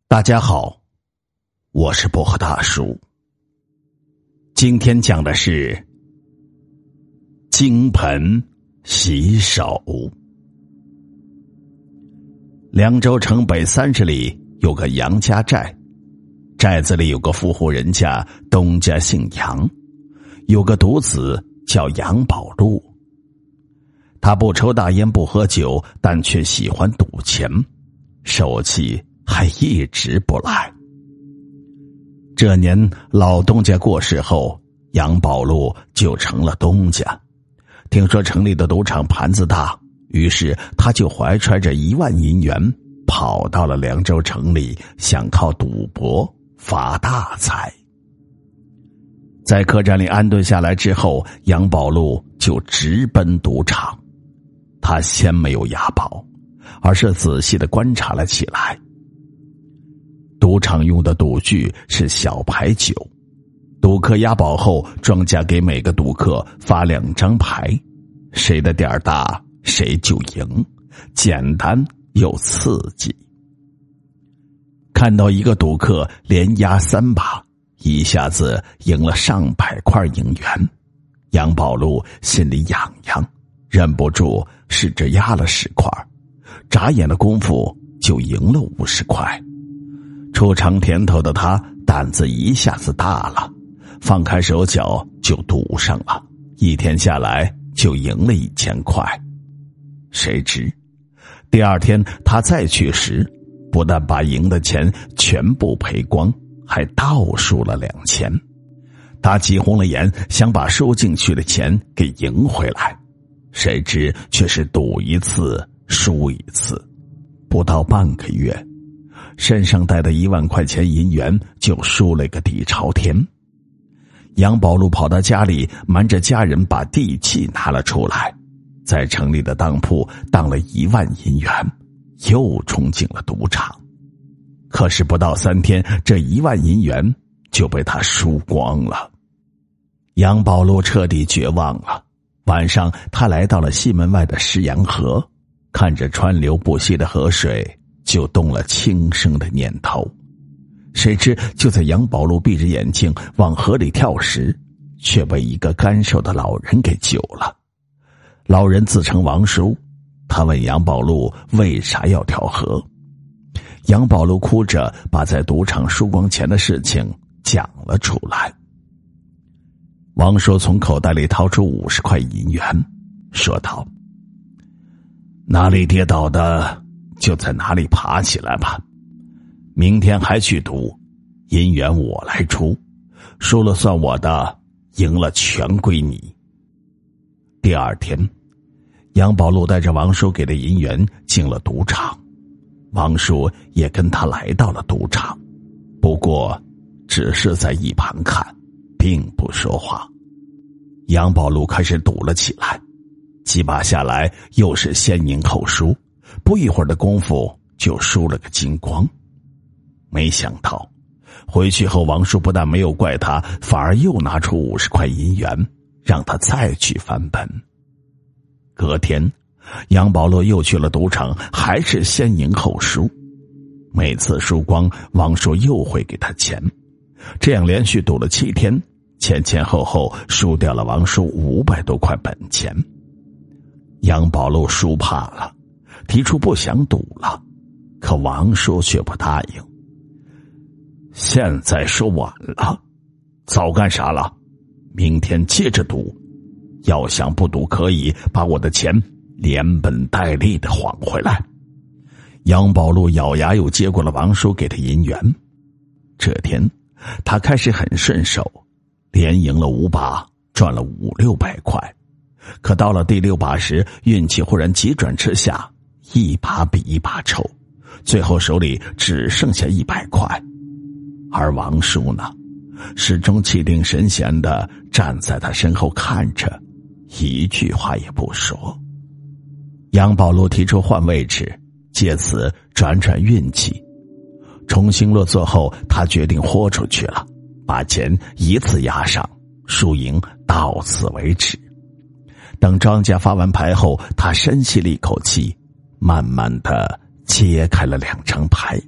大家好，我是薄荷大叔。今天讲的是金盆洗手。凉州城北30里有个杨家寨，寨子里有个富户人家，东家姓杨，有个独子叫杨宝禄。他不抽大烟不喝酒，但却喜欢赌钱，手气还一直不赖。这年老东家过世后，杨宝禄就成了东家。听说城里的赌场盘子大，于是他就怀揣着1万银元跑到了凉州城里，想靠赌博发大财。在客栈里安顿下来之后，杨宝禄就直奔赌场。他先没有押宝，而是仔细地观察了起来。赌场用的赌具是小牌九，赌客押宝后，庄家给每个赌客发2张牌，谁的点大谁就赢，简单又刺激。看到一个赌客连押3把，一下子赢了上百块银元，杨宝禄心里痒痒，忍不住试着压了10块，眨眼的功夫就赢了50块。出尝甜头的他胆子一下子大了，放开手脚就赌上了，1天下来就赢了1000块。谁知第2天他再去时，不但把赢的钱全部赔光，还倒输了2000。他急红了眼，想把输进去的钱给赢回来，谁知却是赌一次输一次。不到半个月，身上带的1万块钱银元就输了个底朝天。杨宝禄跑到家里，瞒着家人把地契拿了出来，在城里的当铺当了1万银元，又冲进了赌场。可是不到3天，这1万银元就被他输光了。杨宝禄彻底绝望了。晚上他来到了西门外的石阳河，看着川流不息的河水，就动了轻生的念头。谁知就在杨宝禄闭着眼睛往河里跳时，却被一个干瘦的老人给救了。老人自称王叔，他问杨宝禄为啥要跳河。杨宝禄哭着把在赌场输光钱的事情讲了出来。王叔从口袋里掏出50块银元，说道：哪里跌倒的就在哪里爬起来吧，明天还去赌，银元我来出，输了算我的，赢了全归你。第2天，杨宝禄带着王叔给的银元进了赌场，王叔也跟他来到了赌场，不过只是在一旁看，并不说话。杨宝禄开始赌了起来，几把下来又是先赢后输，不一会儿的功夫就输了个精光。没想到回去后，王叔不但没有怪他，反而又拿出50块银元让他再去翻本。隔天杨宝禄又去了赌场，还是先赢后输，每次输光王叔又会给他钱，这样连续赌了7天，前后后输掉了王叔500多块本钱。杨宝禄输怕了，提出不想赌了，可王叔却不答应。现在说晚了，早干啥了？明天接着赌，要想不赌可以把我的钱连本带利的还回来。杨宝禄咬牙又接过了王叔给的银元。这天他开始很顺手，连赢了5把，赚了500-600块。可到了第6把时，运气忽然急转直下，一把比一把臭，最后手里只剩下100块。而王叔呢，始终气定神闲地站在他身后看着，一句话也不说。杨宝禄提出换位置，借此转转运气。重新落座后，他决定豁出去了，把钱一次押上，输赢到此为止。等庄家发完牌后，他深吸了一口气，慢慢地揭开了2张牌，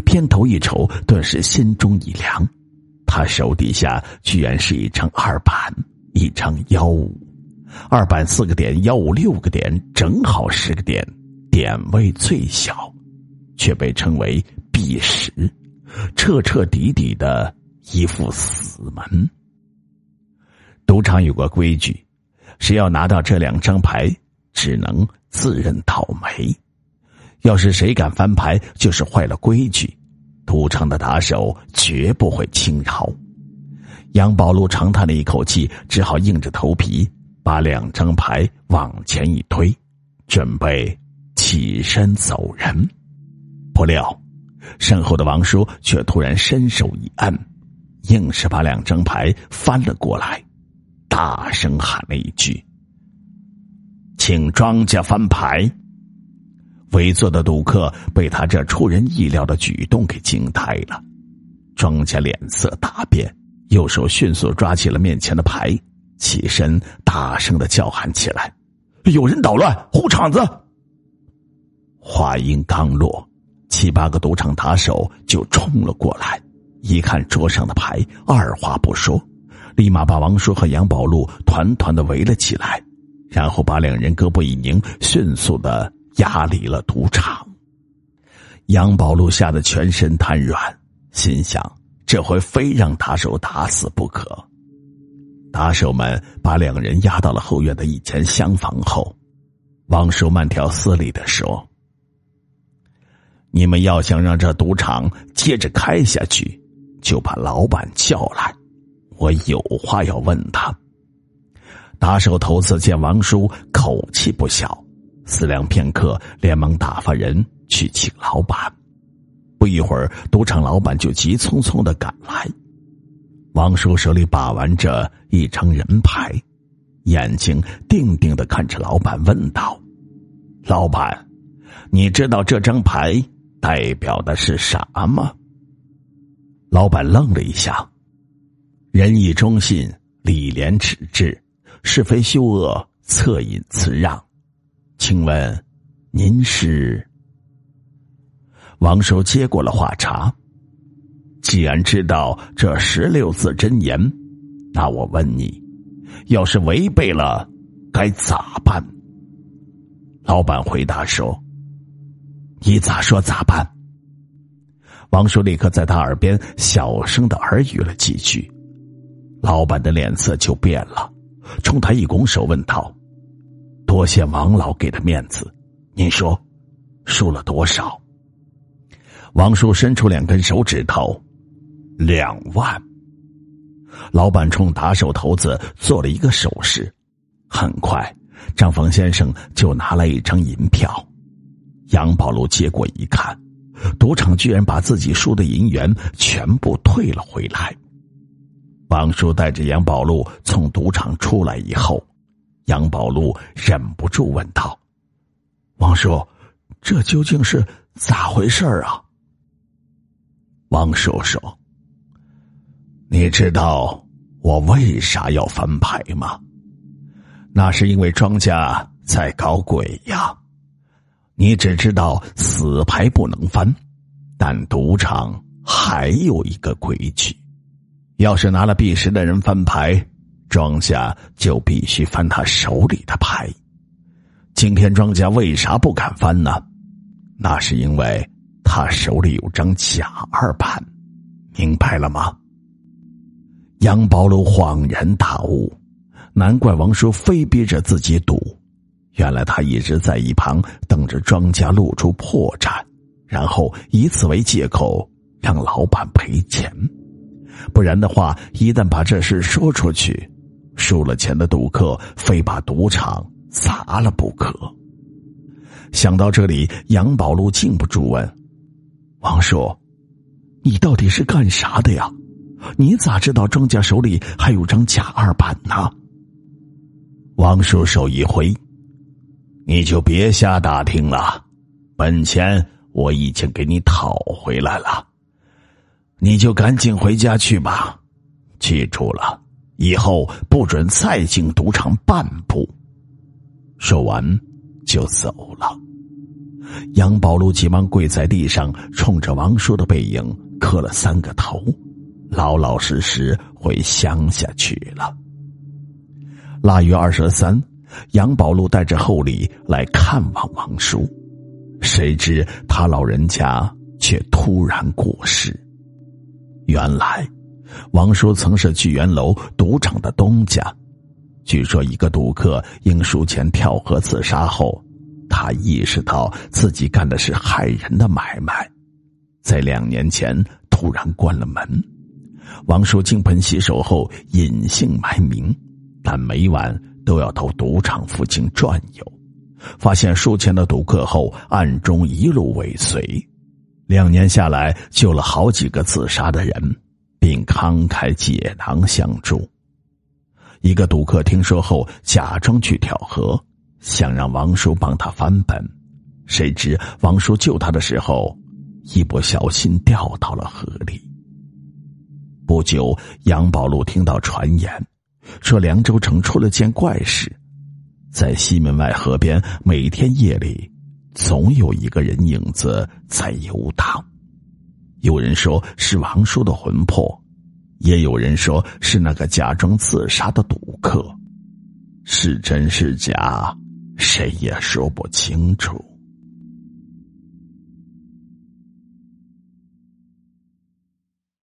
偏头一瞅，顿时心中一凉，他手底下居然是一张二板，一张155，二板4个点，155 6个点，正好10个点，点位最小，却被称为避实，彻彻底底的一副死门。赌场有个规矩，谁要拿到这2张牌，只能自认倒霉。要是谁敢翻牌，就是坏了规矩，赌场的打手绝不会轻饶。杨宝路长叹了一口气，只好硬着头皮把2张牌往前一推，准备起身走人。不料身后的王叔却突然伸手一按，硬是把2张牌翻了过来，大声喊了一句：请庄家翻牌。围坐的赌客被他这出人意料的举动给惊呆了，庄家脸色大变，右手迅速抓起了面前的牌，起身大声的叫喊起来：有人捣乱，护场子！话音刚落，7、8个赌场打手就冲了过来，一看桌上的牌，二话不说，立马把王叔和杨宝路团团的围了起来，然后把2人胳膊一拧，迅速的押离了赌场。杨宝路吓得全身瘫软，心想这回非让打手打死不可。打手们把2人押到了后院的一间厢房后，王叔慢条斯理地说：你们要想让这赌场接着开下去，就把老板叫来，我有话要问他。打手头次见王叔口气不小，思量片刻，连忙打发人去请老板。不一会儿，赌场老板就急匆匆地赶来。王叔手里把玩着一张人牌，眼睛定定地看着老板问道：老板，你知道这张牌代表的是啥吗？老板愣了一下：仁义忠信，礼廉耻治，是非羞恶，恻隐辞让，请问您是？王叔接过了话茬：既然知道这16字真言，那我问你，要是违背了该咋办？老板回答说：你咋说咋办？王叔立刻在他耳边小声的耳语了几句，老板的脸色就变了，冲他一拱手问道：多谢王老给的面子，您说输了多少？王叔伸出2根手指头：2万。老板冲打手头子做了一个手势，很快张凤先生就拿来一张银票。杨宝路接过一看，赌场居然把自己输的银元全部退了回来。王叔带着杨宝路从赌场出来以后，杨宝路忍不住问道：王叔，这究竟是咋回事啊？王叔说：你知道我为啥要翻牌吗？那是因为庄家在搞鬼呀。你只知道死牌不能翻，但赌场还有一个规矩，要是拿了避实的人翻牌，庄家就必须翻他手里的牌。今天庄家为啥不敢翻呢？那是因为他手里有张假2盘，明白了吗？杨宝路恍然大悟，难怪王叔非逼着自己赌，原来他一直在一旁等着庄家露出破绽，然后以此为借口让老板赔钱。不然的话，一旦把这事说出去，输了钱的赌客非把赌场砸了不可。想到这里，杨宝路禁不住问：王叔，你到底是干啥的呀？你咋知道庄家手里还有张假2盘呢？王叔手一挥：你就别瞎打听了，本钱我已经给你讨回来了，你就赶紧回家去吧，记住了，以后不准再进赌场半步。说完就走了。 杨宝路急忙跪在地上，冲着王叔的背影磕了3个头，老老实实回乡下去了。腊月23，杨宝路带着厚礼来看望王叔，谁知他老人家却突然过世。原来王叔曾是聚源楼赌场的东家，据说一个赌客因输钱跳河自杀后，他意识到自己干的是害人的买卖，在2年前突然关了门。王叔金盆洗手后隐姓埋名，但每晚都要到赌场附近转悠，发现输钱的赌客后暗中一路尾随，2年下来救了好几个自杀的人，并慷慨解囊相助。一个赌客听说后假装去跳河，想让王叔帮他翻本，谁知王叔救他的时候一不小心掉到了河里。不久，杨宝路听到传言，说凉州城出了件怪事，在西门外河边，每天夜里总有一个人影子在游荡。有人说是王叔的魂魄，也有人说是那个假装自杀的赌客，是真是假，谁也说不清楚。